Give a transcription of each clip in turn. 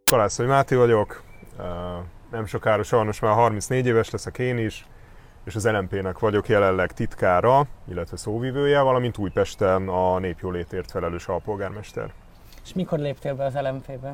Kalászai Máté vagyok, nem sokára sajnos már 34 éves leszek én is, és az LMP-nek vagyok jelenleg titkára, illetve szóvivője, valamint Újpesten a népjólétért felelős alpolgármester. És mikor léptél be az LMP-be?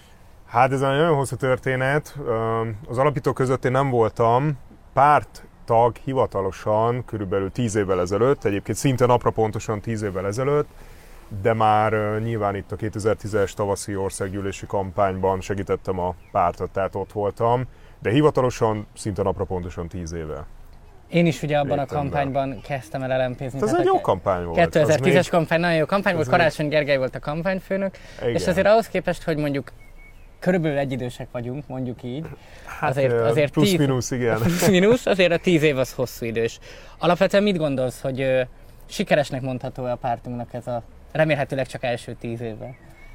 Hát ez egy nagyon hosszú történet. Az alapítók között én nem voltam párttag hivatalosan körülbelül 10 évvel ezelőtt, egyébként szinte napra pontosan 10 évvel ezelőtt, de már nyilván itt a 2010-es tavaszi országgyűlési kampányban segítettem a pártot, tehát ott voltam, de hivatalosan szinte napra pontosan 10 éve. Én is ugye abban a kampányban kezdtem el LMP-zni. Ez egy jó kampány volt. 2010-es kampány, nagyon jó kampány volt, Karácsony Gergely volt a kampányfőnök, igen. És azért ahhoz képest, hogy mondjuk körülbelül egyidősek vagyunk, mondjuk így. Hát azért plusz-minusz, igen. Plusz-minusz, azért a 10 év az hosszú idős. Alapvetően mit gondolsz, hogy sikeresnek mondható a pártunknak ez a remélhetőleg csak első 10 évben?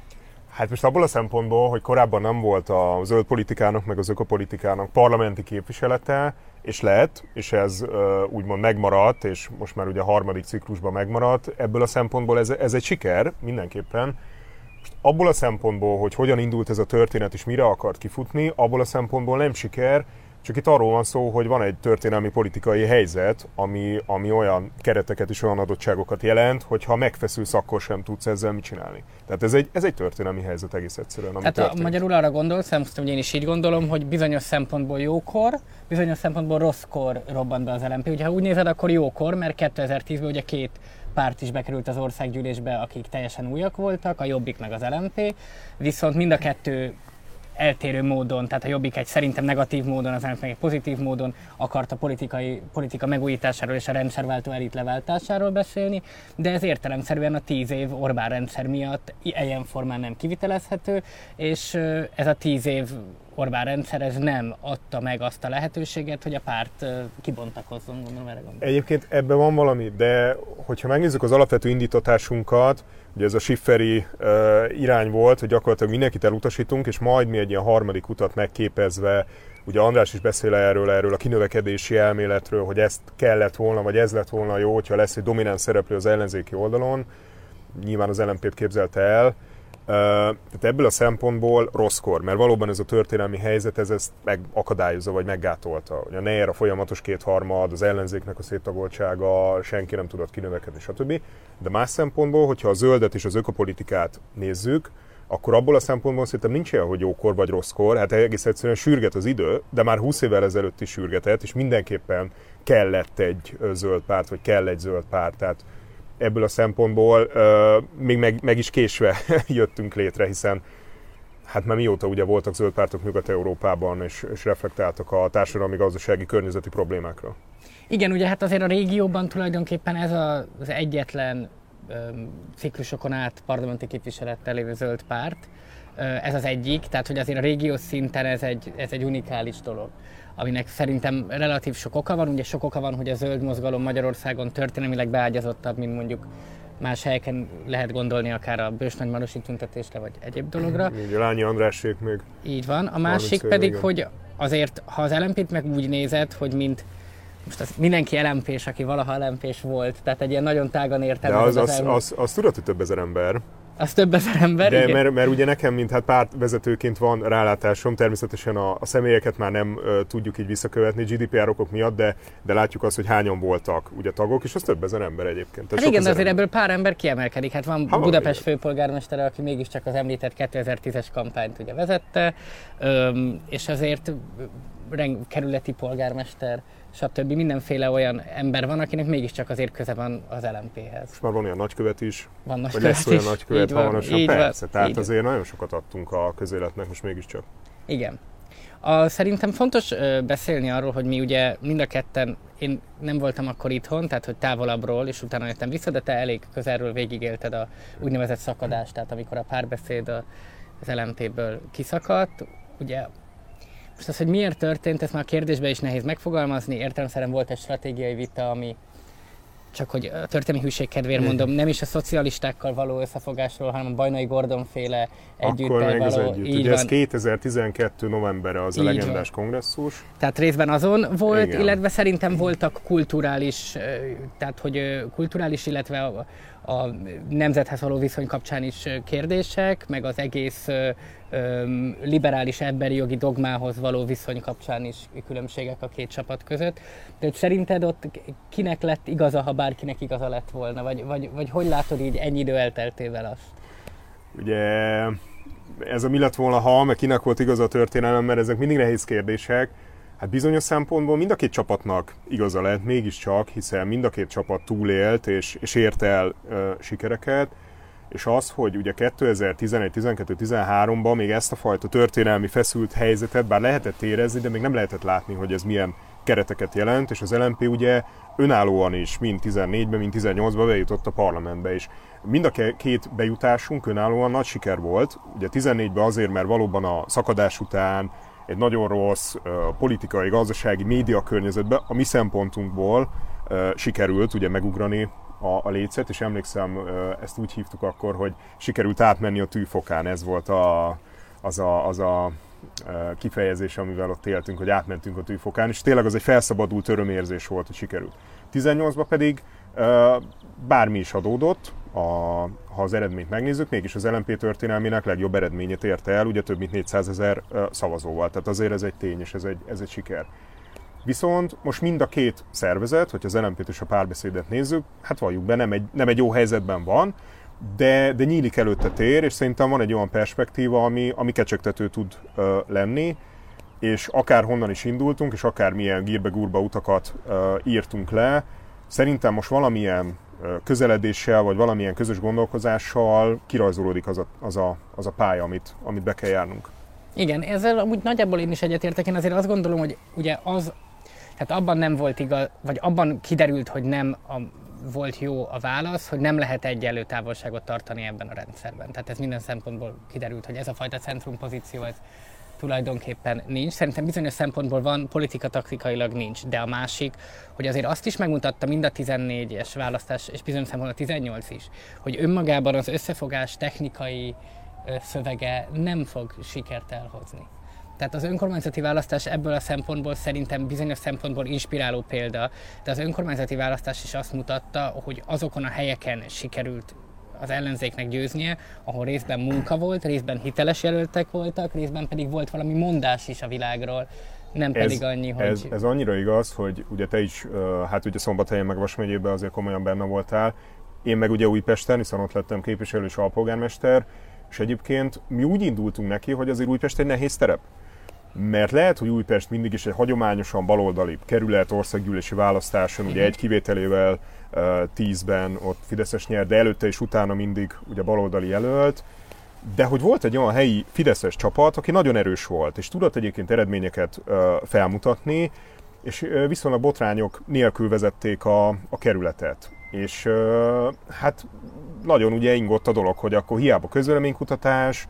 Hát most abból a szempontból, hogy korábban nem volt a zöld politikának, meg az ökopolitikának parlamenti képviselete, és lett, és ez úgymond megmaradt, és most már ugye a harmadik ciklusban megmaradt, ebből a szempontból ez egy siker mindenképpen. Most abból a szempontból, hogy hogyan indult ez a történet, és mire akart kifutni, abból a szempontból nem siker, csak itt arról van szó, hogy van egy történelmi politikai helyzet, ami olyan kereteket és olyan adottságokat jelent, hogy ha megfeszülsz, akkor sem tudsz ezzel mit csinálni. Tehát ez egy történelmi helyzet egész egyszerűen, ami történt. Magyarul arra gondolsz, most én is így gondolom, hogy bizonyos szempontból jókor, bizonyos szempontból rosszkor robbant be az LMP. Ugye ha úgy nézed, akkor jókor, mert 2010-ben ugye két párt is bekerült az országgyűlésbe, akik teljesen újak voltak, a Jobbik meg az LMP, viszont mind a kettő eltérő módon, tehát a Jobbik egy szerintem negatív módon, az LMP egy pozitív módon akart a politika megújításáról és a rendszerváltó elit leváltásáról beszélni, de ez értelemszerűen a 10 év Orbán rendszer miatt ilyen formán nem kivitelezhető, és ez a 10 év Orbán rendszer ez nem adta meg azt a lehetőséget, hogy a párt kibontakozzon, gondolom erre gondolom. Egyébként ebben van valami, de hogyha megnézzük az alapvető indítatásunkat, ugye ez a Schifferi irány volt, hogy gyakorlatilag mindenkit elutasítunk, és majd mi egy ilyen harmadik utat megképezve, ugye András is beszél erről a kinövekedési elméletről, hogy ezt kellett volna, vagy ez lett volna jó, hogyha lesz egy domináns szereplő az ellenzéki oldalon, nyilván az LMP-t képzelte el. Tehát ebből a szempontból rosszkor, mert valóban ez a történelmi helyzet ezt megakadályozza, vagy meggátolta. Ugye a NER, a folyamatos kétharmad, az ellenzéknek a széttagoltsága, senki nem tudott kinövekedni, stb. De más szempontból, hogyha a zöldet és az ökopolitikát nézzük, akkor abból a szempontból szerintem nincs olyan, hogy jókor vagy rosszkor, hát egész egyszerűen sürget az idő, de már 20 évvel ezelőtt is sürgetett, és mindenképpen kellett egy zöld párt, vagy kell egy zöld párt, tehát ebből a szempontból még meg is késve jöttünk létre, hiszen hát már mióta ugye voltak zöld pártok Nyugat-Európában, és reflektáltak a társadalmi-gazdasági környezeti problémákra. Igen, ugye hát azért a régióban tulajdonképpen ez az egyetlen ciklusokon át parlamenti képviselettel lévő zöld párt, ez az egyik, tehát hogy azért a régiós szinten ez egy unikális dolog, aminek szerintem relatív sok oka van. Ugye sok oka van, hogy a zöld mozgalom Magyarországon történelmileg beágyazottabb, mint mondjuk más helyeken lehet gondolni, akár a Bős-Nagymarosi tüntetésre, vagy egyéb dologra. Így, Lányi Andrásék még. Így van. A másik pedig, igen, hogy azért, ha az LMP-t meg úgy nézed, hogy mint most az mindenki LMP-s, aki valaha LMP-s volt, tehát egy ilyen nagyon tágan értelmezett. De az tudod, hogy több ezer ember. Az több ezer ember, de igen. Mert ugye nekem, mint pártvezetőként van rálátásom, természetesen a személyeket már nem tudjuk így visszakövetni GDPR okok miatt, de látjuk azt, hogy hányan voltak ugye tagok, és az több ezer ember egyébként. Hát igen, de azért ebből pár ember kiemelkedik. Hát van Budapest főpolgármestere, aki mégiscsak az említett 2010-es kampányt ugye vezette, és azért kerületi polgármester, stb. Mindenféle olyan ember van, akinek mégiscsak azért köze van az LMP-hez. Most már van olyan nagykövet is, van vagy lesz olyan nagykövet hamarosan, persze. Tehát így azért nagyon sokat adtunk a közéletnek most mégiscsak. Igen. Szerintem fontos beszélni arról, hogy mi ugye mind a ketten, én nem voltam akkor itthon, tehát hogy távolabbról, és utána jöttem vissza, de te elég közelről végigélted a úgynevezett szakadást, tehát amikor a párbeszéd az LMP-ből kiszakadt, ugye. Most az, hogy miért történt, ezt már a kérdésben is nehéz megfogalmazni. Értelemszerűen volt egy stratégiai vita, ami csak hogy a történelmi hűség kedvéért mondom, nem is a szocialistákkal való összefogásról, hanem a Bajnai Gordon féle együttel való. Ugye ez 2012 novembere az a legendás kongresszus. Tehát részben azon volt, igen, illetve szerintem voltak kulturális, tehát hogy kulturális, illetve a nemzethez való viszony kapcsán is kérdések, meg az egész liberális emberi jogi dogmához való viszony kapcsán is különbségek a két csapat között. De szerinted ott kinek lett igaza, ha bárkinek igaza lett volna? Vagy hogy látod így ennyi idő elteltével azt? Ugye ez a mi lett volna, ha, meg kinek volt igaza a történelem, mert ezek mindig nehéz kérdések. Hát bizonyos szempontból mind a két csapatnak igaza lett, mégiscsak, hiszen mind a két csapat túlélt és ért el sikereket, és az, hogy ugye 2011, 12, 13-ban még ezt a fajta történelmi feszült helyzetet, bár lehetett érezni, de még nem lehetett látni, hogy ez milyen kereteket jelent, és az LMP ugye önállóan is, mind 14-ben, mind 18-ban bejutott a parlamentbe is. Mind a két bejutásunk önállóan nagy siker volt, ugye 14-ben azért, mert valóban a szakadás után egy nagyon rossz politikai, gazdasági, média környezetben a mi szempontunkból sikerült ugye megugrani a lécet, és emlékszem, ezt úgy hívtuk akkor, hogy sikerült átmenni a tűfokán, ez volt az a kifejezés, amivel ott éltünk, hogy átmentünk a tűfokán, és tényleg az egy felszabadult örömérzés volt, hogy sikerült. 18-ban pedig bármi is adódott, ha az eredményt megnézzük, mégis az LMP történelmének legjobb eredményét érte el, ugye több mint 400 000 szavazóval, tehát azért ez egy tény, és ez egy siker. Viszont most mind a két szervezet, hogyha az LMP-t és a Párbeszédet nézzük, hát valljuk be, nem egy jó helyzetben van, de nyílik előtte tér, és szerintem van egy olyan perspektíva, ami kecsegtető tud lenni, és akár honnan is indultunk, és akár milyen gírbe-gúrba utakat írtunk le, szerintem most valamilyen közeledéssel, vagy valamilyen közös gondolkozással kirajzolódik az a pálya, amit be kell járnunk. Igen, ezzel amúgy nagyjából én is egyetértek. Én azért azt gondolom, hogy ugye tehát abban nem volt igaz, vagy abban kiderült, hogy nem volt jó a válasz, hogy nem lehet egyenlő távolságot tartani ebben a rendszerben. Tehát ez minden szempontból kiderült, hogy ez a fajta centrumpozíció, ez tulajdonképpen nincs. Szerintem bizonyos szempontból van, politika-taktikailag nincs, de a másik, hogy azért azt is megmutatta mind a 14-es választás, és bizonyos szempontból a 18 is, hogy önmagában az összefogás technikai szövege nem fog sikert elhozni. Tehát az önkormányzati választás ebből a szempontból szerintem bizonyos szempontból inspiráló példa, de az önkormányzati választás is azt mutatta, hogy azokon a helyeken sikerült az ellenzéknek győznie, ahol részben munka volt, részben hiteles jelöltek voltak, részben pedig volt valami mondás is a világról, nem pedig annyi, hogy... Ez annyira igaz, hogy ugye te is, hát ugye Szombathelyen meg Vas megyében azért komolyan benne voltál, én meg ugye Újpesten, hiszen ott lettem képviselő és alpolgármester, és egyébként mi úgy indultunk neki, hogy azért Újpest egy nehéz terep. Mert lehet, hogy Újpest mindig is egy hagyományosan baloldali kerület, országgyűlési választáson, ugye egy kivételével 10-ben ott Fideszes nyert, de előtte és utána mindig ugye baloldali jelölt, de hogy volt egy olyan helyi fideszes csapat, aki nagyon erős volt, és tudott egyébként eredményeket felmutatni, és viszonylag botrányok nélkül vezették a kerületet. És hát nagyon ugye ingott a dolog, hogy akkor hiába közvéleménykutatás,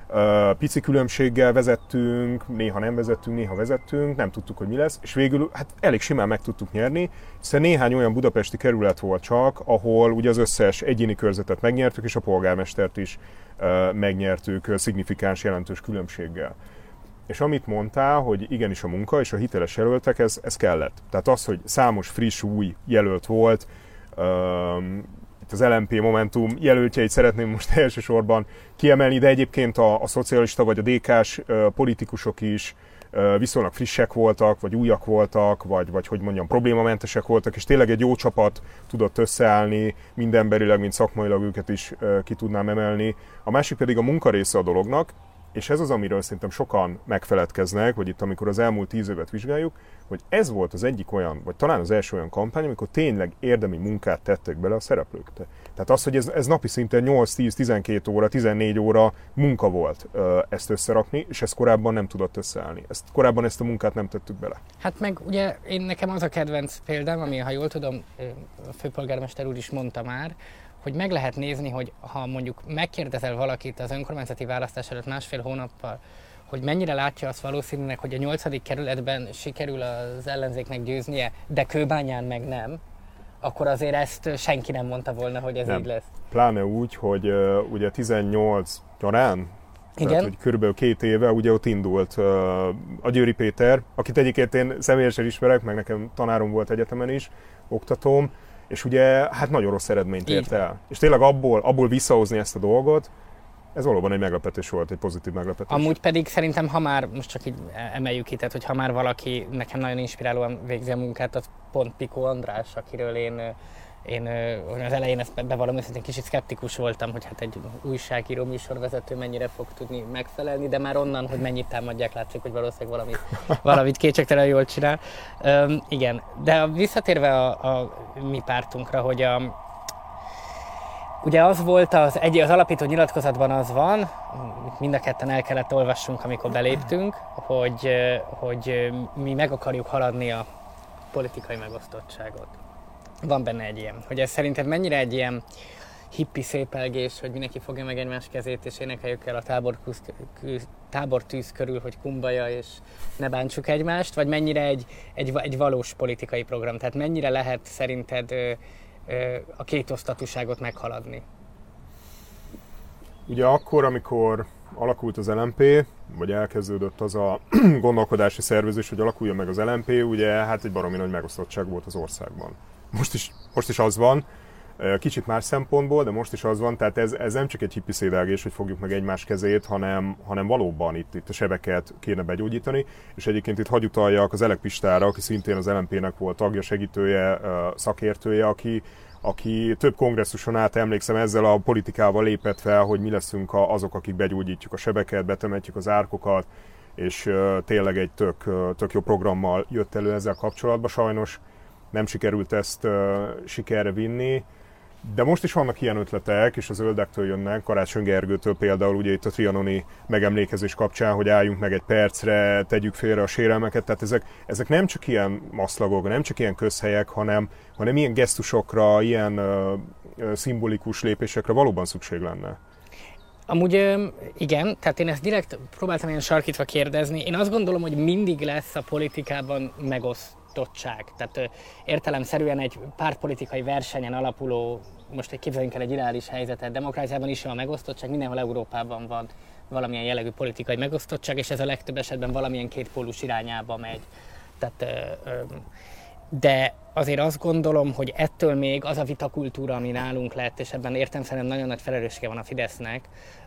pici különbséggel vezettünk, néha nem vezettünk, néha vezettünk, nem tudtuk, hogy mi lesz, és végül hát elég simán meg tudtuk nyerni, hiszen néhány olyan budapesti kerület volt csak, ahol ugye az összes egyéni körzetet megnyertük, és a polgármestert is megnyertük szignifikáns, jelentős különbséggel. És amit mondtál, hogy igenis a munka és a hiteles jelöltek, ez kellett. Tehát az, hogy számos friss, új jelölt volt, itt az LMP Momentum jelöltjeit szeretném most elsősorban kiemelni, de egyébként a szocialista vagy a DK-s politikusok is viszonylag frissek voltak, vagy újak voltak, vagy hogy mondjam, problémamentesek voltak, és tényleg egy jó csapat tudott összeállni, mind emberileg, mind szakmailag őket is ki tudnám emelni. A másik pedig a munka része a dolognak, és ez az, amiről szerintem sokan megfeledkeznek, hogy itt amikor az elmúlt 10 évet vizsgáljuk, hogy ez volt az egyik olyan, vagy talán az első olyan kampány, amikor tényleg érdemi munkát tettek bele a szereplők. Tehát az, hogy ez napi szinten 8-10-12 óra, 14 óra munka volt ezt összerakni, és ezt korábban nem tudott összeállni. Korábban ezt a munkát nem tettük bele. Hát meg ugye nekem az a kedvenc példám, ami, ha jól tudom, a főpolgármester úr is mondta már, hogy meg lehet nézni, hogy ha mondjuk megkérdezel valakit az önkormányzati választás előtt másfél hónappal, hogy mennyire látja azt valószínűleg, hogy a 8. kerületben sikerül az ellenzéknek győznie, de Kőbányán meg nem, akkor azért ezt senki nem mondta volna, hogy ez nem. Így lesz. Pláne úgy, hogy ugye 18 nyarán, igen? Tehát, hogy körülbelül 2 éve ugye ott indult a Győri Péter, akit egyébként én személyesen ismerek, meg nekem tanárom volt egyetemen is, oktatóm, és ugye hát nagyon rossz eredményt ért el. És tényleg abból visszahozni ezt a dolgot, ez valóban egy meglepetés volt, egy pozitív meglepetés. Amúgy pedig szerintem, ha már, most csak így emeljük ki, tehát, hogy ha már valaki nekem nagyon inspirálóan végzi a munkát, az pont Piko András, akiről én az elején ezt bevallom, őszintén kicsit szkeptikus voltam, hogy hát egy újságíró műsorvezető mennyire fog tudni megfelelni, de már onnan, hogy mennyit támadják, látszik, hogy valószínűleg valamit kétségtelen jól csinál. Igen, de visszatérve a mi pártunkra, hogy ugye az volt az alapító nyilatkozatban az van, mind a ketten el kellett olvassunk, amikor beléptünk, hogy mi meg akarjuk haladni a politikai megosztottságot. Van benne egy ilyen, hogy ez szerinted mennyire egy ilyen hippi szépelgés, hogy mindenki fogja meg egymás kezét és énekeljük el a tábortűz körül, hogy kumbaja és ne bántsuk egymást, vagy mennyire egy valós politikai program, tehát mennyire lehet szerinted a kétosztatúságot meghaladni? Ugye akkor, amikor alakult az LMP, vagy elkezdődött az a gondolkodási szervezés, hogy alakuljon meg az LMP, ugye hát egy baromi nagy megosztottság volt az országban. Most is az van, kicsit más szempontból, de most is az van, tehát ez nem csak egy hippi szédelgés, hogy fogjuk meg egymás kezét, hanem valóban itt a sebeket kéne begyógyítani, és egyébként itt hagy utaljak az Elek Pistára, aki szintén az LMP-nek volt tagja, segítője, szakértője, aki több kongresszuson át, emlékszem, ezzel a politikával lépett fel, hogy mi leszünk azok, akik begyógyítjuk a sebeket, betemetjük az árkokat, és tényleg egy tök jó programmal jött elő ezzel kapcsolatban. Sajnos nem sikerült ezt sikerre vinni, de most is vannak ilyen ötletek, és a zöldektől jönnek, Karácsony Gergőtől például, ugye itt a trianoni megemlékezés kapcsán, hogy álljunk meg egy percre, tegyük félre a sérelmeket, tehát ezek nem csak ilyen maszlagok, nem csak ilyen közhelyek, hanem ilyen gesztusokra, ilyen szimbolikus lépésekre valóban szükség lenne. Amúgy igen, tehát én ezt direkt próbáltam ilyen sarkítva kérdezni. Én azt gondolom, hogy mindig lesz a politikában megosztottság. Tehát értelemszerűen egy pártpolitikai versenyen alapuló, most képzeljünk el egy ideális helyzetet, demokráciában is van a megosztottság, mindenhol Európában van valamilyen jellegű politikai megosztottság, és ez a legtöbb esetben valamilyen kétpólus irányába megy. Tehát, de azért azt gondolom, hogy ettől még az a vitakultúra, ami nálunk lett, és ebben értelemszerűen nagyon nagy felelőssége van a Fidesznek,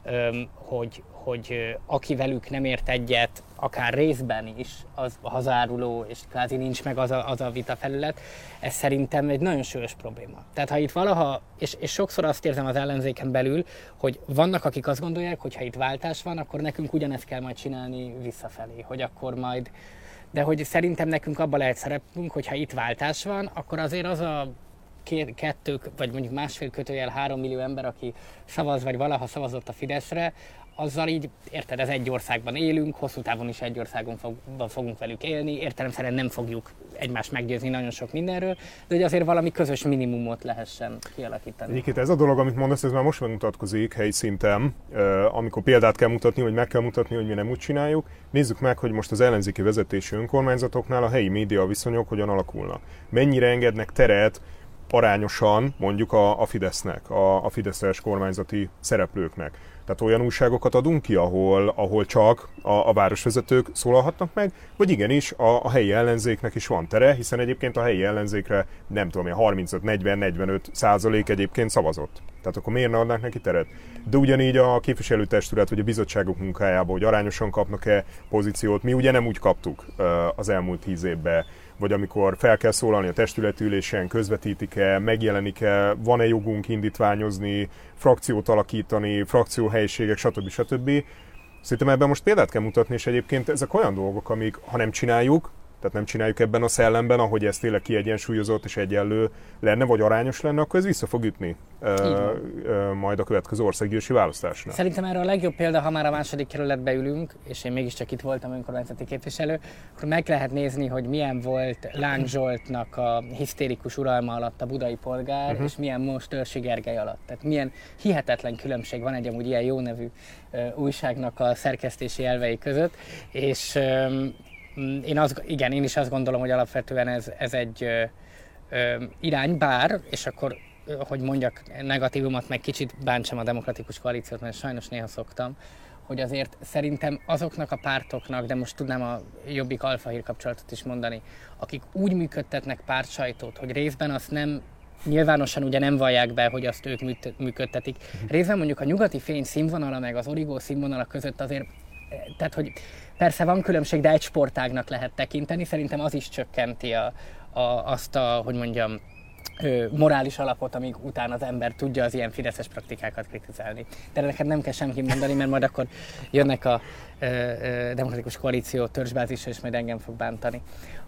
hogy aki velük nem ért egyet, akár részben is, az hazáruló, és kvázi nincs meg az a vita felület, ez szerintem egy nagyon súlyos probléma. Tehát ha itt valaha, és sokszor azt érzem az ellenzéken belül, hogy vannak, akik azt gondolják, hogy ha itt váltás van, akkor nekünk ugyanezt kell majd csinálni visszafelé, hogy akkor majd. De hogy szerintem nekünk abban lehet szerepünk, hogy ha itt váltás van, akkor azért az a kettő, vagy mondjuk 1,5-3 millió ember, aki szavaz, vagy valaha szavazott a Fideszre, azzal így, érted, ez egy országban élünk, hosszú távon is egy országon fogunk velük élni, értelemszerűen nem fogjuk egymást meggyőzni nagyon sok mindenről, de hogy azért valami közös minimumot lehessen kialakítani. Egyébként ez a dolog, amit mondasz, ez már most megmutatkozik helyi szinten, amikor példát kell mutatni, vagy meg kell mutatni, hogy mi nem úgy csináljuk. Nézzük meg, hogy most az ellenzéki vezetési önkormányzatoknál a helyi média viszonyok hogyan alakulnak. Mennyire engednek teret arányosan mondjuk a Fidesznek, a fideszes kormányzati szereplőknek. Tehát olyan újságokat adunk ki, ahol csak a városvezetők szólalhatnak meg, vagy igenis a helyi ellenzéknek is van tere, hiszen egyébként a helyi ellenzékre nem tudom, 35-40-45% egyébként szavazott. Tehát akkor miért ne adnák neki teret? De ugyanígy a képviselőtestület vagy a bizottságok munkájában, hogy arányosan kapnak-e pozíciót, mi ugye nem úgy kaptuk az elmúlt 10 évben, vagy amikor fel kell szólalni a testületi ülésen, közvetítik-e, megjelenik-e, van-e jogunk indítványozni, frakciót alakítani, frakcióhelyiségek, stb. Szerintem ebben most példát kell mutatni, és egyébként ezek olyan dolgok, amik, ha nem csináljuk, tehát nem csináljuk ebben a szellemben, ahogy ez tényleg kiegyensúlyozott és egyenlő lenne, vagy arányos lenne, akkor ez vissza fog ütni majd a következő országgyűlési választásnál. Szerintem erre a legjobb példa, ha már a második kerületbe ülünk, és én mégiscsak itt voltam önkormányzati képviselő, akkor meg lehet nézni, hogy milyen volt Láng Zsoltnak a hisztérikus uralma alatt a budai polgár, és milyen most Őrsi Gergely alatt. Tehát milyen hihetetlen különbség van egy amúgy ilyen jó nevű újságnak a szerkesztési elvei között, és én is azt gondolom, hogy alapvetően ez egy irány, bár, és akkor, hogy mondjak negatívumot, meg kicsit bántsam a demokratikus koalíciót, mert sajnos néha szoktam, hogy azért szerintem azoknak a pártoknak, de most tudnám a Jobbik Alfa Hír kapcsolatot is mondani, akik úgy működtetnek pártsajtót, hogy részben azt nem nyilvánosan ugye nem vallják be, hogy azt ők működtetik. Részben mondjuk a nyugati fény színvonala meg az origó színvonala között azért, tehát hogy persze van különbség, de egy sportágnak lehet tekinteni, szerintem az is csökkenti azt a, hogy mondjam, morális alapot, amíg utána az ember tudja az ilyen fideszes praktikákat kritizálni. De neked nem kell semmi mondani, mert majd akkor jönnek a demokratikus koalíció törzsbázisra, és majd engem fog bántani.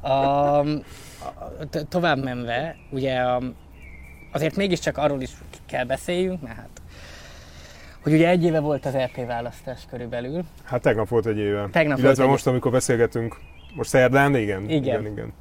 Tovább menve, ugye azért mégiscsak arról is kell beszéljünk, mert hát, hogy ugye egy éve volt az EP választás körülbelül. Hát tegnap volt egy éve. Illetve most, amikor beszélgetünk, most szerdán, igen.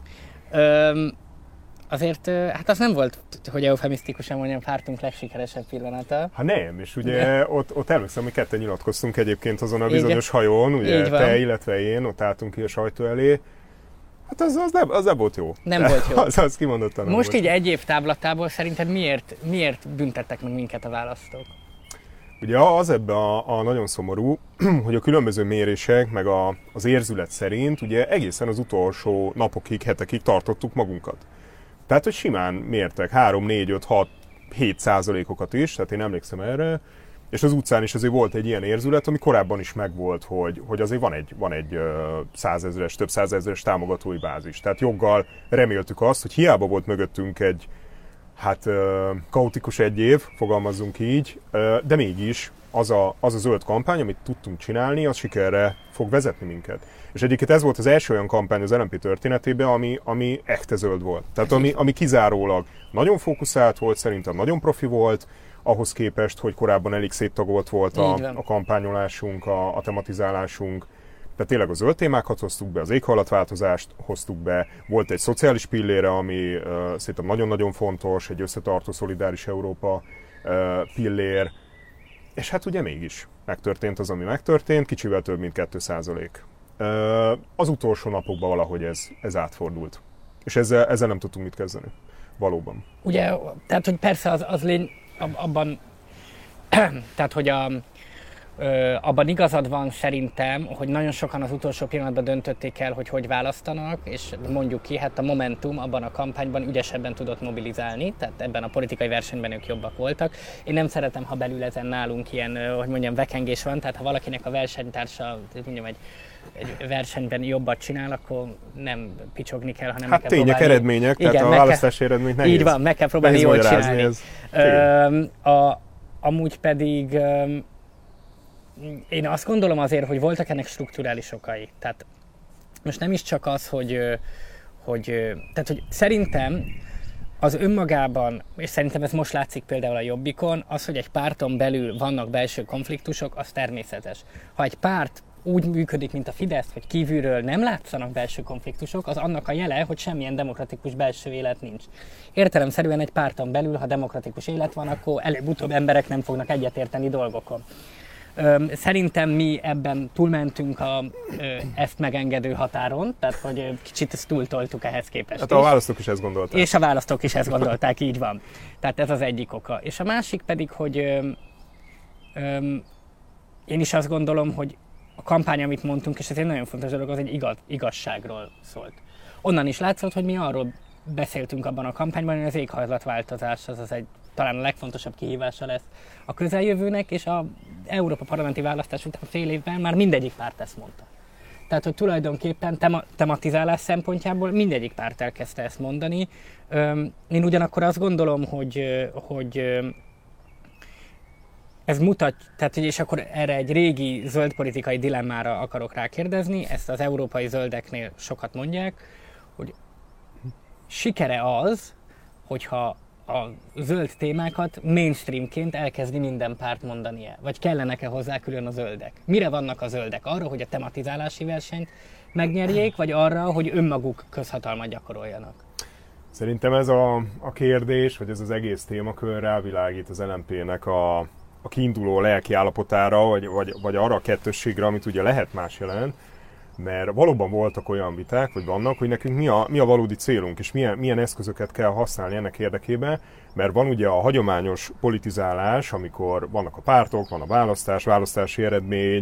Azért, hát az nem volt, hogy eufemisztikusan mondjam, pártunk legsikeresebb pillanata. Hát nem, és ugye ott emlékszem, hogy ketten nyilatkoztunk egyébként azon a bizonyos hajón, ugye te, illetve én, ott álltunk ki a sajtó elé. Hát az nem volt jó. Nem volt jó. Az kimondottan nem most volt. így egy év távlatából szerinted miért büntettek meg minket a választók? Ugye az ebben a nagyon szomorú, hogy a különböző mérések, meg az érzület szerint ugye egészen az utolsó napokig, hetekig tartottuk magunkat. Tehát, hogy simán mértek 3, 4, 5, 6, 7% is, tehát én emlékszem erre, és az utcán is azért volt egy ilyen érzület, ami korábban is megvolt, hogy azért van egy 100 000-es, több 100 000-es támogatói bázis. Tehát joggal reméltük azt, hogy hiába volt mögöttünk egy kaotikus egy év, fogalmazzunk így, de mégis az a zöld kampány, amit tudtunk csinálni, az sikerre fog vezetni minket. És egyébként ez volt az első olyan kampány az LMP történetében, ami echte zöld volt. Tehát ami kizárólag nagyon fókuszált volt, szerintem nagyon profi volt, ahhoz képest, hogy korábban elég széttagolt volt a kampányolásunk, a tematizálásunk. Tehát tényleg a zöld témákat hoztuk be, az éghajlatváltozást hoztuk be, volt egy szociális pillére, ami szerintem nagyon-nagyon fontos, egy összetartó szolidáris Európa pillér, és hát ugye mégis megtörtént az, ami megtörtént, kicsivel több, mint 2%. Az utolsó napokban valahogy ez átfordult. És ezzel nem tudtunk mit kezdeni. Valóban. Ugye, tehát, hogy persze az abban, tehát, hogy abban igazad van szerintem, hogy nagyon sokan az utolsó pillanatban döntötték el, hogy választanak, és mondjuk ki, hát a Momentum abban a kampányban ügyesebben tudott mobilizálni, tehát ebben a politikai versenyben ők jobbak voltak. Én nem szeretem, ha belül ezen nálunk ilyen, hogy mondjam, vekengés van, tehát ha valakinek a versenytársa, mondjam, egy versenyben jobbat csinál, akkor nem picsogni kell, hanem hát tények, eredmények, tehát igen, a választási eredményt nehéz. Így van, meg kell próbálni jól csinálni. Amúgy pedig én azt gondolom azért, hogy voltak ennek strukturális okai. Tehát most nem is csak az, hogy szerintem az önmagában, és szerintem ez most látszik például a Jobbikon, az, hogy egy párton belül vannak belső konfliktusok, az természetes. Ha egy párt úgy működik, mint a Fidesz, hogy kívülről nem látszanak belső konfliktusok, az annak a jele, hogy semmilyen demokratikus belső élet nincs. Értelemszerűen egy párton belül, ha demokratikus élet van, akkor előbb-utóbb emberek nem fognak egyetérteni dolgokon. Szerintem mi ebben túlmentünk ezt megengedő határon, tehát hogy kicsit ezt túltoltuk ehhez képest. Hát a választók is ezt gondolták. És a választók is ezt gondolták, így van. Tehát ez az egyik oka. És a másik pedig, hogy én is azt gondolom, hogy a kampány, amit mondtunk, és ez egy nagyon fontos dolog, az egy igazságról szólt. Onnan is látszott, hogy mi arról beszéltünk abban a kampányban, hogy az éghajlatváltozás az egy talán a legfontosabb kihívása lesz a közeljövőnek, és az Európa parlamenti választás után fél évben már mindegyik párt ezt mondta. Tehát, hogy tulajdonképpen tematizálás szempontjából mindegyik párt elkezdte ezt mondani. Én ugyanakkor azt gondolom, hogy ez mutat, tehát, és akkor erre egy régi zöldpolitikai dilemmára akarok rákérdezni, ezt az európai zöldeknél sokat mondják, hogy sikere az, hogyha a zöld témákat mainstreamként elkezdi minden párt mondani el? Vagy kellenek-e hozzá külön a zöldek? Mire vannak a zöldek? Arra, hogy a tematizálási versenyt megnyerjék, vagy arra, hogy önmaguk közhatalmat gyakoroljanak? Szerintem ez a kérdés, vagy ez az egész témakör rávilágít az LMP-nek a kiinduló lelki állapotára, vagy arra a kettősségre, amit ugye lehet más jelent, mert valóban voltak olyan viták, vagy vannak, hogy nekünk mi a valódi célunk, és milyen eszközöket kell használni ennek érdekében, mert van ugye a hagyományos politizálás, amikor vannak a pártok, van a választási eredmény,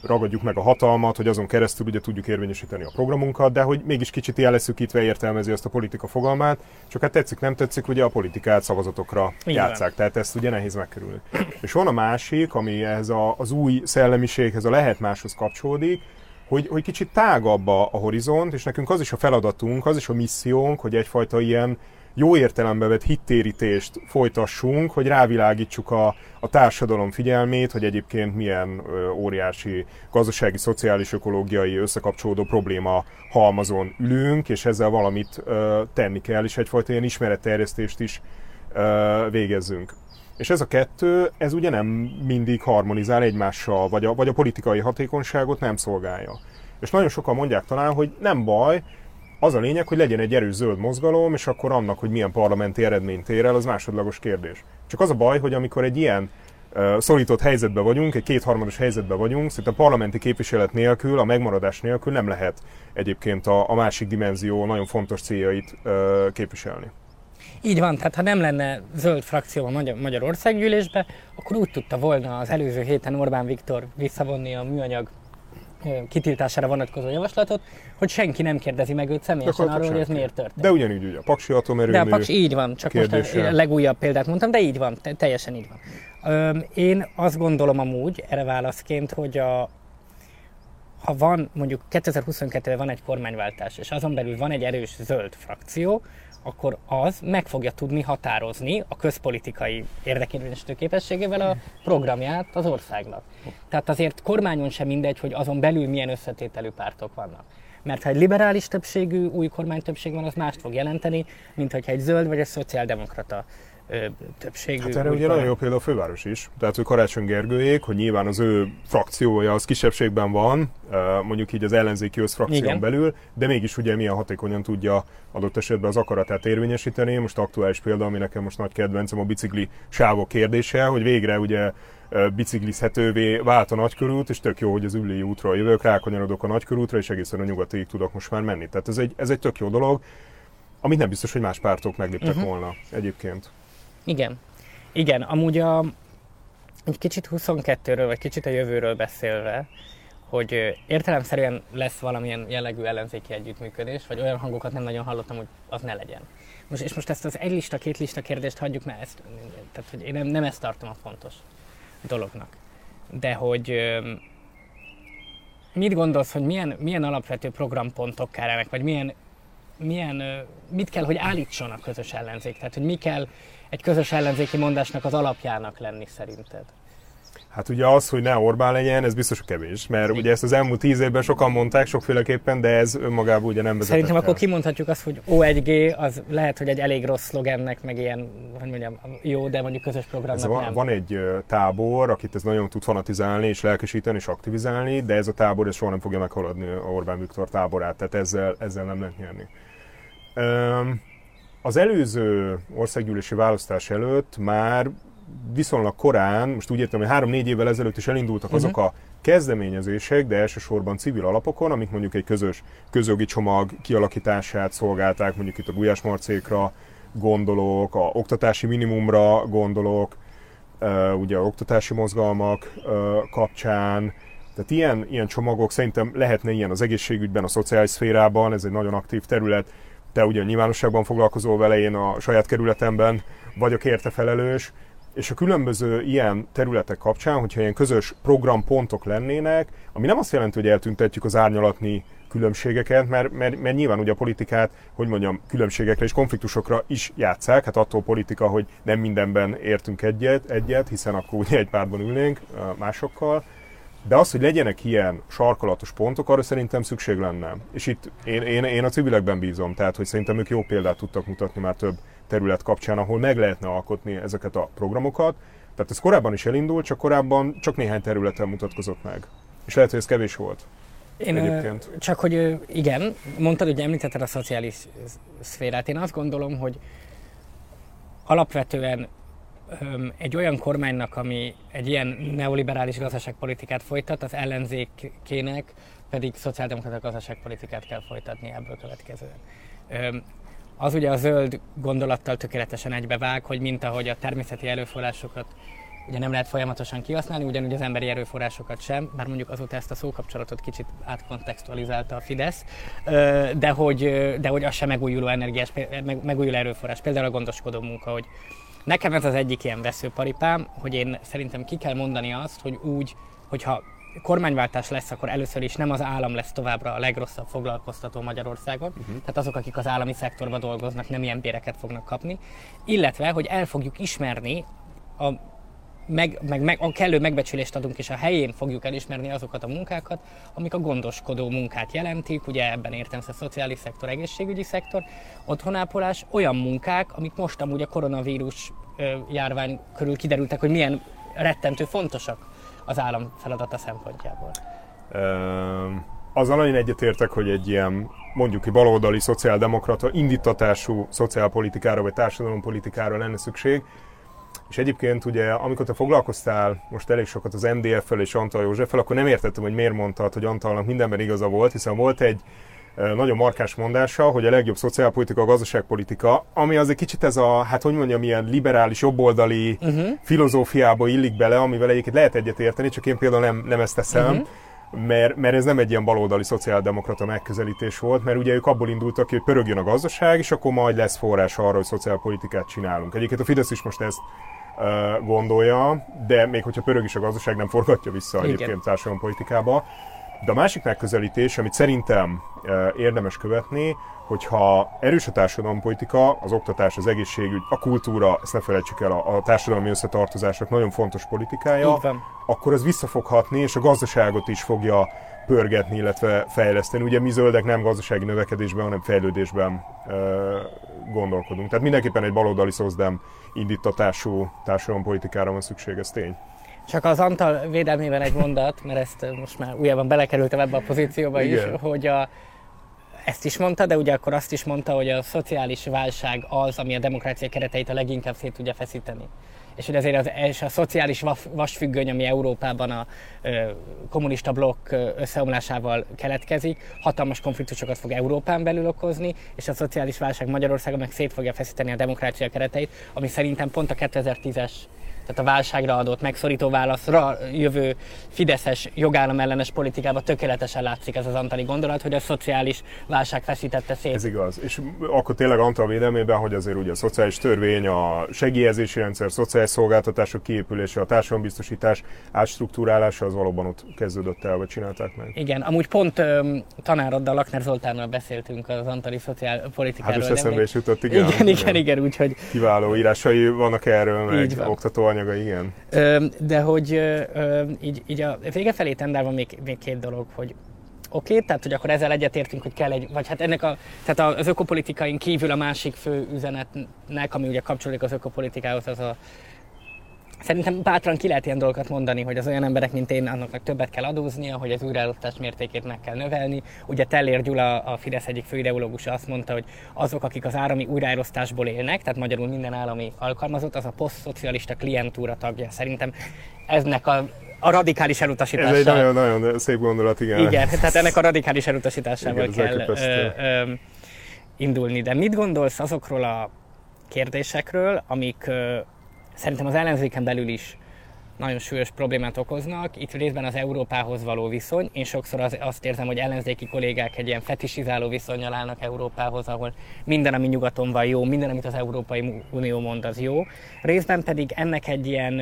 ragadjuk meg a hatalmat, hogy azon keresztül ugye tudjuk érvényesíteni a programunkat, de hogy mégis kicsit ilyen leszűkítve értelmezi azt a politika fogalmát, csak hát tetszik, nem tetszik, ugye a politikát szavazatokra játsszák, tehát ezt ugye nehéz megkerülni. És van a másik, ami ehhez az új szellemiséghez, a lehet máshoz kapcsolódik, hogy kicsit tágabb a horizont, és nekünk az is a feladatunk, az is a missziónk, hogy egyfajta ilyen jó értelembe vett hittérítést folytassunk, hogy rávilágítsuk a társadalom figyelmét, hogy egyébként milyen óriási gazdasági, szociális, ökológiai összekapcsolódó probléma halmazon ülünk, és ezzel valamit tenni kell, és egyfajta ilyen ismeretterjesztést is végezzünk. És ez a kettő, ez ugye nem mindig harmonizál egymással, vagy a politikai hatékonyságot nem szolgálja. És nagyon sokan mondják talán, hogy nem baj, az a lényeg, hogy legyen egy erős zöld mozgalom, és akkor annak, hogy milyen parlamenti eredményt ér el, az másodlagos kérdés. Csak az a baj, hogy amikor egy ilyen szorított helyzetben vagyunk, egy kétharmados helyzetben vagyunk, szóval a parlamenti képviselet nélkül, a megmaradás nélkül nem lehet egyébként a másik dimenzió nagyon fontos céljait képviselni. Így van, tehát ha nem lenne zöld frakció a Magyar Országgyűlésbe, akkor úgy tudta volna az előző héten Orbán Viktor visszavonni a műanyag kitiltására vonatkozó javaslatot, hogy senki nem kérdezi meg őt személyesen arról, hogy ez miért történt. De ugyanígy ugye a paksi atomerőmű. De a paks így van, csak kérdése. Most a legújabb példát mondtam, de így van, teljesen így van. Én azt gondolom amúgy, erre válaszként, hogy ha van mondjuk 2022-ben van egy kormányváltás, és azon belül van egy erős zöld frakció, akkor az meg fogja tudni határozni a közpolitikai érdekérvényesítő képességével a programját az országnak. Tehát azért kormányon sem mindegy, hogy azon belül milyen összetételű pártok vannak. Mert ha egy liberális többségű új kormánytöbbség van, az mást fog jelenteni, mint hogyha egy zöld vagy egy szociáldemokrata többségű. Hát erre ugye nagyon jó példa a főváros is. Tehát, hogy Karácsony Gergőjék, hogy nyilván az ő frakciója az kisebbségben van, mondjuk így az ellenzéki összfrakción belül, de mégis ugye milyen hatékonyan tudja adott esetben az akaratát érvényesíteni. Most aktuális példa, ami nekem most nagy kedvencem, a bicikli sávok kérdése, hogy végre ugye biciklizhetővé vált a Nagykörút, és tök jó, hogy az Üllői útról jövök, rákanyarodok a Nagykörútra, és egészen a Nyugatig tudok most már menni. Tehát ez egy tök jó dolog, amit nem biztos, hogy más pártok megléptek volna egyébként. Igen, amúgy egy kicsit 22-ről, vagy kicsit a jövőről beszélve, hogy értelemszerűen lesz valamilyen jellegű ellenzéki együttműködés, vagy olyan hangokat nem nagyon hallottam, hogy az ne legyen. Most ezt az egy lista, két lista kérdést hagyjuk már, tehát hogy én nem ezt tartom a fontos dolognak. De hogy mit gondolsz, hogy milyen alapvető programpontok kellenek, vagy mit kell, hogy állítson a közös ellenzék? Tehát, hogy mi kell egy közös ellenzéki mondásnak az alapjának lenni szerinted? Hát ugye az, hogy ne Orbán legyen, ez biztos kevés, mert ugye ezt az elmúlt 10 évben sokan mondták sokféleképpen, de ez önmagában ugye nem vezetett. Szerintem akkor kimondhatjuk azt, hogy O1G az lehet, hogy egy elég rossz szlogennek, meg ilyen, hogy mondjam, jó, de mondjuk közös programnak nem. Van egy tábor, akit ez nagyon tud fanatizálni, és lelkesíteni, és aktivizálni, de ez a tábor ez soha nem fogja meghaladni Orbán Viktor táborát, tehát ezzel nem lehet nyerni. Az előző országgyűlési választás előtt már viszonylag korán, most úgy értem, hogy 3-4 évvel ezelőtt is elindultak azok a kezdeményezések, de elsősorban civil alapokon, amik mondjuk egy közös közjogi csomag kialakítását szolgálták, mondjuk itt a Gulyás Marcékra gondolok, a oktatási minimumra gondolok, ugye a oktatási mozgalmak kapcsán. Tehát ilyen csomagok szerintem lehetne ilyen az egészségügyben, a szociális szférában, ez egy nagyon aktív terület. Te ugye nyilvánosságban foglalkozol vele, én a saját kerületemben vagyok érte felelős, és a különböző ilyen területek kapcsán, hogyha ilyen közös programpontok lennének, ami nem azt jelenti, hogy eltüntetjük az árnyalatni különbségeket, mert nyilván ugye a politikát, hogy mondjam, különbségekre és konfliktusokra is játsszák, hát attól politika, hogy nem mindenben értünk egyet, hiszen akkor ugye egy pártban ülnénk másokkal, de az, hogy legyenek ilyen sarkalatos pontok, arra szerintem szükség lenne. És itt én a civilekben bízom, tehát hogy szerintem ők jó példát tudtak mutatni már több terület kapcsán, ahol meg lehetne alkotni ezeket a programokat. Tehát ez korábban is elindult, csak korábban csak néhány területen mutatkozott meg. És lehet, hogy ez kevés volt. Csak hogy igen, mondtad, hogy említetted a szociális szférát. Én azt gondolom, hogy alapvetően egy olyan kormánynak, ami egy ilyen neoliberális gazdaságpolitikát folytat, az ellenzékének pedig szociáldemokrata gazdaságpolitikát kell folytatni ebből következően. Az ugye a zöld gondolattal tökéletesen egybevág, hogy mint ahogy a természeti erőforrásokat ugye nem lehet folyamatosan kihasználni, ugyanúgy az emberi erőforrásokat sem, bár mondjuk azóta ezt a szókapcsolatot kicsit átkontextualizálta a Fidesz, de hogy az sem megújuló erőforrás, például a gondoskodó munka, hogy nekem ez az egyik ilyen veszőparipám, hogy én szerintem ki kell mondani azt, hogy úgy, hogyha kormányváltás lesz, akkor először is nem az állam lesz továbbra a legrosszabb foglalkoztató Magyarországon, tehát azok, akik az állami szektorban dolgoznak, nem ilyen béreket fognak kapni, illetve, hogy el fogjuk ismerni, a kellő megbecsülést adunk, és a helyén fogjuk elismerni azokat a munkákat, amik a gondoskodó munkát jelentik, ugye ebben értem a szociális szektor, egészségügyi szektor, otthonápolás, olyan munkák, amik most amúgy a koronavírus járvány körül kiderültek, hogy milyen rettentő fontosak az állam feladata szempontjából. Azzal nagyon egyetértek, hogy egy ilyen mondjuk ki baloldali szociáldemokrata indítatású szociálpolitikára vagy társadalompolitikára lenne szükség. És egyébként ugye, amikor te foglalkoztál most elég sokat az MDF-fel és Antal Józseffel, akkor nem értettem, hogy miért mondtad, hogy Antalnak mindenben igaza volt, hiszen volt egy nagyon markáns mondása, hogy a legjobb szociálpolitika a gazdaságpolitika, ami az egy kicsit ez a, hát hogy mondjam, ilyen liberális, jobboldali filozófiába illik bele, amivel egyébként lehet egyetérteni, csak én például nem ezt teszem, mert ez nem egy ilyen baloldali szociáldemokrata megközelítés volt, mert ugye ők abból indultak ki, hogy pörögjön a gazdaság, és akkor majd lesz forrás arra, hogy szociálpolitikát csinálunk. Egyébként a Fidesz is most ezt gondolja, de még hogyha pörög is a gazdaság, nem forgatja vissza egyébként társadalompolitikába. De a másik megközelítés, amit szerintem érdemes követni, hogyha erős a társadalompolitika, az oktatás, az egészségügy, a kultúra, ezt ne felejtsük el, a társadalmi összetartozások nagyon fontos politikája, akkor az vissza fog hatni, és a gazdaságot is fogja pörgetni, illetve fejleszteni. Ugye mi zöldek nem gazdasági növekedésben, hanem fejlődésben gondolkodunk. Tehát mindenképpen egy baloldali szozdem indítatású társadalompolitikára van szükség, ez tény. Csak az Antal védelmében egy mondat, mert ezt most már újabban belekerültem ebbe a pozícióba is, hogy ezt is mondta, de ugye akkor azt is mondta, hogy a szociális válság az, ami a demokrácia kereteit a leginkább szét tudja feszíteni. És hogy azért a szociális vasfüggöny, ami Európában a kommunista blokk összeomlásával keletkezik, hatalmas konfliktusokat fog Európán belül okozni, és a szociális válság Magyarországon meg szét fogja feszíteni a demokrácia kereteit, ami szerintem pont a 2010-es, tehát a válságra adott megszorító válaszra jövő fideszes jogállam ellenes politikában tökéletesen látszik ez az antali gondolat, hogy a szociális válság feszítette szét. Ez igaz. És akkor tényleg Antal védelmében, hogy azért ugye a szociális törvény, a segélyezési rendszer, a szociális szolgáltatások kiépülése, a társadalombiztosítás átstruktúrálása, az valóban ott kezdődött el, vagy csinálták meg. Igen, amúgy pont tanároddal, Lakner Zoltánnal beszéltünk az antali szociálpolitikáról. Hát most eszembe is jutott, igen, úgyhogy... Kiváló írásai vannak erről, meg oktatóanyaga, igen. De hogy így a vége felé tendálva még két dolog, hogy oké, tehát hogy akkor ezzel egyetértünk, hogy kell egy, vagy hát tehát az ökopolitikain kívül a másik fő üzenetnek, ami ugye kapcsolódik az ökopolitikához, az a szerintem bátran ki lehet ilyen dolgokat mondani, hogy az olyan emberek, mint én, annak többet kell adóznia, hogy az újraelosztás mértékét meg kell növelni. Ugye Tellér Gyula, a Fidesz egyik főideológusa azt mondta, hogy azok, akik az állami újraelosztásból élnek, tehát magyarul minden állami alkalmazott, az a posztszocialista klientúra tagja. Szerintem eznek a radikális elutasítása. Ez egy nagyon szép gondolat, igen. Igen, tehát ennek a radikális elutasításával kell indulni. De mit gondolsz azokról a kérdésekről, amik szerintem az ellenzéken belül is nagyon súlyos problémát okoznak. Itt részben az Európához való viszony. Én sokszor azt érzem, hogy ellenzéki kollégák egy ilyen fetisizáló viszonnyal állnak Európához, ahol minden, ami nyugaton van jó, minden, amit az Európai Unió mond, az jó. Részben pedig ennek egy ilyen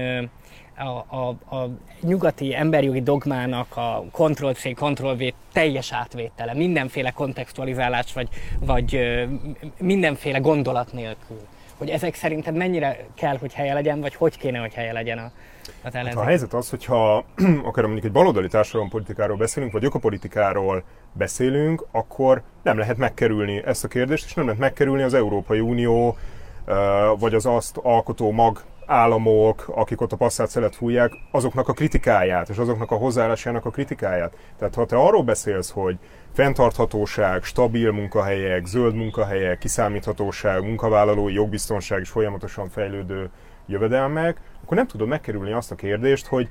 a nyugati emberjogi dogmának a Ctrl-C, Ctrl-V teljes átvétele, mindenféle kontextualizálás vagy mindenféle gondolat nélkül. Hogy ezek szerinted mennyire kell, hogy helye legyen, vagy hogy kéne, hogy helye legyen az ellenzék? A helyzet az, hogyha akár mondjuk egy baloldali társadalompolitikáról beszélünk, vagy ökopolitikáról beszélünk, akkor nem lehet megkerülni ezt a kérdést, és nem lehet megkerülni az Európai Unió, vagy az azt alkotó államok, akik ott a passzát szelet fújják, azoknak a kritikáját, és azoknak a hozzáállásának a kritikáját. Tehát ha te arról beszélsz, hogy fenntarthatóság, stabil munkahelyek, zöld munkahelyek, kiszámíthatóság, munkavállalói jogbiztonság és folyamatosan fejlődő jövedelmek, akkor nem tudod megkerülni azt a kérdést, hogy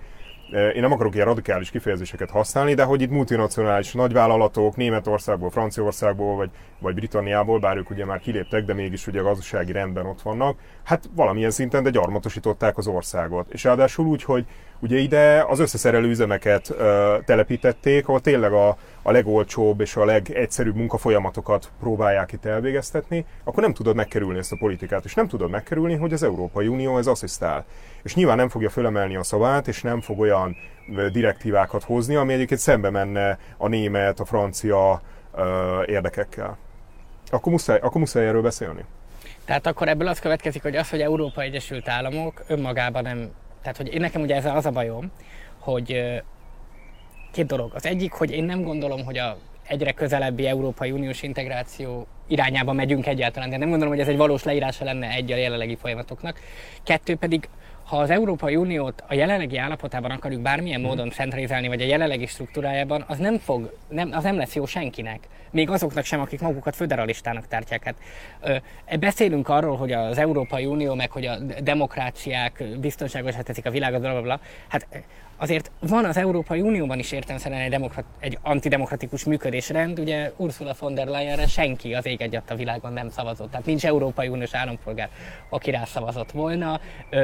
én nem akarok ilyen radikális kifejezéseket használni, de hogy itt multinacionális nagyvállalatok Németországból, Franciaországból vagy Britanniából, bár ők ugye már kiléptek, de mégis ugye a gazdasági rendben ott vannak, hát valamilyen szinten de gyarmatosították az országot. És ráadásul úgy, hogy ugye ide az összeszerelő üzemeket telepítették, ahol tényleg a legolcsóbb és a legegyszerűbb munkafolyamatokat próbálják itt elvégeztetni, akkor nem tudod megkerülni ezt a politikát, és nem tudod megkerülni, hogy az Európai Unió ez asszisztál. És nyilván nem fogja fölemelni a szavát, és nem fog olyan direktívákat hozni, ami egyébként szembe menne a német, a francia érdekekkel. Akkor muszáj erről beszélni. Tehát akkor ebből az következik, hogy az, hogy Európai Egyesült Államok önmagában nem... Tehát, hogy nekem ugye ezzel az a bajom, hogy két dolog. Az egyik, hogy én nem gondolom, hogy a egyre közelebbi Európai Uniós integráció irányába megyünk egyáltalán, de nem gondolom, hogy ez egy valós leírása lenne a jelenlegi folyamatoknak. Kettő pedig, ha az Európai Uniót a jelenlegi állapotában akarjuk bármilyen módon centralizálni, vagy a jelenlegi struktúrájában, az nem lesz jó senkinek. Még azoknak sem, akik magukat föderalistának tartják. Hát, beszélünk arról, hogy az Európai Unió, meg hogy a demokráciák biztonságosá teszik a világot, blablabla. Hát azért van az Európai Unióban is értelemszerűen egy antidemokratikus működésrend, ugye Ursula von der Leyenre senki az ég egyatt a világon nem szavazott. Tehát nincs Európai Uniós állampolgár, aki rá szavazott volna.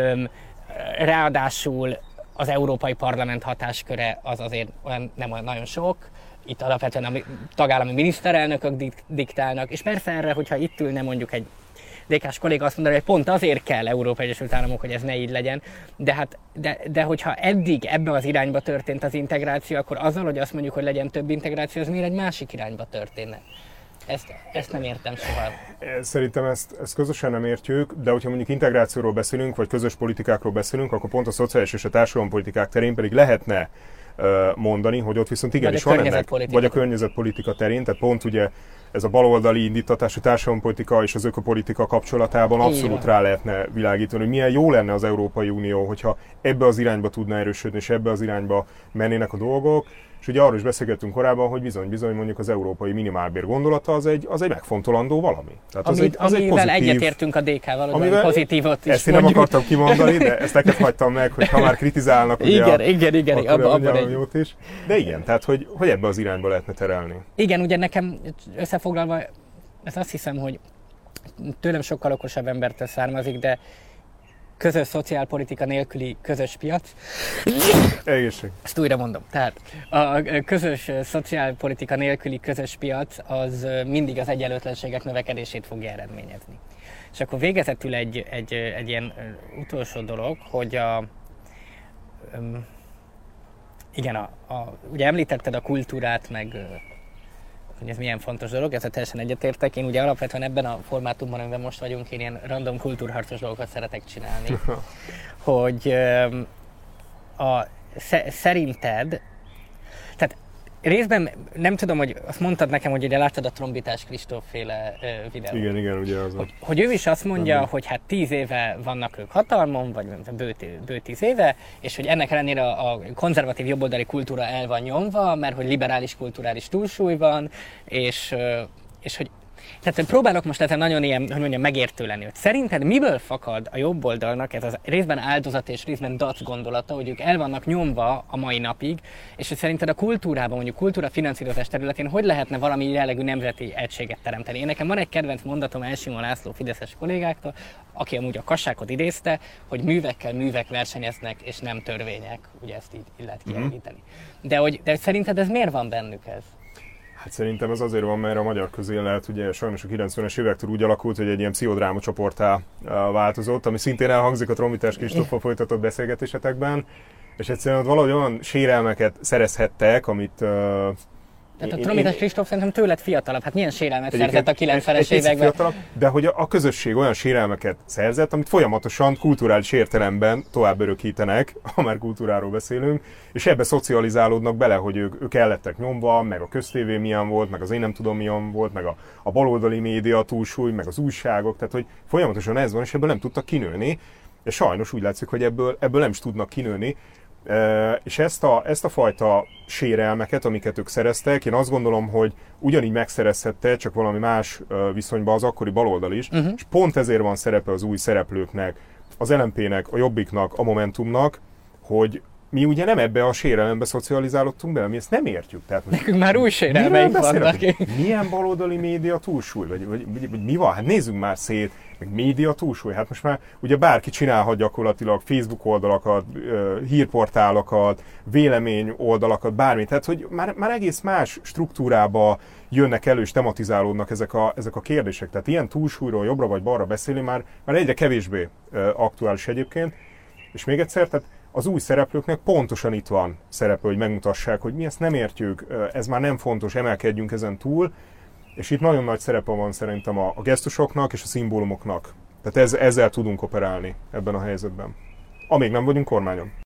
Ráadásul az Európai Parlament hatásköre az azért olyan nem olyan nagyon sok. Itt alapvetően a tagállami miniszterelnökök diktálnak, és persze erre, hogyha itt ülne mondjuk egy DK-s kolléga azt mondaná, hogy pont azért kell Európai Egyesült Államok, hogy ez ne így legyen, de hogyha eddig ebbe az irányba történt az integráció, akkor azzal, hogy azt mondjuk, hogy legyen több integráció, az miért egy másik irányba történne? Ezt nem értem soha. Szerintem ezt közösen nem értjük, de hogyha mondjuk integrációról beszélünk, vagy közös politikákról beszélünk, akkor pont a szociális és a társadalompolitikák terén pedig lehetne mondani, hogy ott viszont igenis van ennek, vagy a környezetpolitika terén, tehát pont ugye ez a baloldali indítatású társadalompolitika és az ökopolitika kapcsolatában abszolút rá lehetne világítani, hogy milyen jó lenne az Európai Unió, hogyha ebbe az irányba tudna erősödni, és ebbe az irányba mennének a dolgok. És ugye arról is beszélgettünk korábban, hogy bizony mondjuk az európai minimálbér gondolata az egy megfontolandó valami. Tehát amivel egyetértünk a DK-val, hogy pozitívot is ezt én nem akartam kimondani, de ezt neked hagytam meg, hogy ha már kritizálnak, igen, abban egy jót is. De igen, tehát hogy ebbe az irányba lehetne terelni. Igen, ugye nekem összefoglalva, ezt azt hiszem, hogy tőlem sokkal okosabb embertől származik, de közös szociálpolitika nélküli közös piac. Egészség. Ezt újra mondom. Tehát a közös szociálpolitika nélküli közös piac az mindig az egyenlőtlenségek növekedését fogja eredményezni. És akkor végezetül egy ilyen utolsó dolog, hogy ugye említetted a kultúrát, meg hogy ez milyen fontos dolog, ezzel teljesen egyetértek. Én ugye alapvetően ebben a formátumban, amiben most vagyunk, én ilyen random kultúrharcos dolgokat szeretek csinálni. Hogy szerinted, tehát részben nem tudom, hogy azt mondtad nekem, hogy ugye láttad a Trombitás Kristóf féle videót. Igen, ugye az. Hogy ő is azt mondja, hogy hát 10 éve vannak ők hatalmon, vagy bő 10 éve, és hogy ennek ellenére a konzervatív jobboldali kultúra el van nyomva, mert hogy liberális kulturális túlsúly van, és hogy tehát próbálok most ezen nagyon ilyen, hogy mondjam, megértő lenni, hogy szerinted miből fakad a jobb oldalnak ez az részben áldozat és részben dac gondolata, hogy ők el vannak nyomva a mai napig, és hogy szerinted a kultúrában, mondjuk kultúra finanszírozás területén hogy lehetne valami jellegű nemzeti egységet teremteni? Én nekem van egy kedvenc mondatom Elsimon László fideszes kollégáktól, aki amúgy a Kassákot idézte, hogy művekkel művek versenyeznek, és nem törvények. Ugye ezt így lehet kielégíteni. De szerinted ez miért van bennük ez? Hát szerintem ez azért van, mert a magyar közélet ugye sajnos a 90-es évektől úgy alakult, hogy egy ilyen pszichodráma csoporttá változott, ami szintén elhangzik a Trombitás Kristóffal folytatott beszélgetésetekben, és egyszerűen ott valahogy olyan sérelmeket szerezhettek, amit... Tehát a Trombitás Kristóf szerintem tőled fiatalabb, hát milyen sérelmet szerzett a 90-es években? Fiatalabb, de hogy a közösség olyan sérelmeket szerzett, amit folyamatosan kulturális értelemben tovább örökítenek, ha már kultúráról beszélünk, és ebbe szocializálódnak bele, hogy ők el lettek nyomva, meg a köztévé milyen volt, meg az én nem tudom milyen volt, meg a baloldali média túlsúly, meg az újságok, tehát hogy folyamatosan ez van, és ebből nem tudtak kinőni, és sajnos úgy látszik, hogy ebből nem is tudnak kinőni. És ezt a fajta sérelmeket, amiket ők szereztek, én azt gondolom, hogy ugyanígy megszerezhette, csak valami más viszonyban az akkori baloldal is, és pont ezért van szerepe az új szereplőknek, az LMP-nek, a Jobbiknak, a Momentumnak, hogy mi ugye nem ebbe a sérelembe szocializálódtunk be, mi ezt nem értjük. Tehát nekünk már új sérelmeink vannak. Milyen baloldali média túlsúly? Vagy mi van? Hát nézzünk már szét, meg média túlsúly. Hát most már ugye bárki csinálhat gyakorlatilag Facebook oldalakat, hírportálokat, vélemény oldalakat, bármit. Tehát, hogy már egész más struktúrába jönnek elő és tematizálódnak ezek a kérdések. Tehát ilyen túlsúlyról jobbra vagy balra beszélni már egyre kevésbé aktuális egyébként. És még egyszer, tehát az új szereplőknek pontosan itt van szerepe, hogy megmutassák, hogy mi ezt nem értjük, ez már nem fontos, emelkedjünk ezen túl, és itt nagyon nagy szerepe van szerintem a gesztusoknak és a szimbólumoknak. Tehát ezzel tudunk operálni ebben a helyzetben. Amíg nem vagyunk kormányon.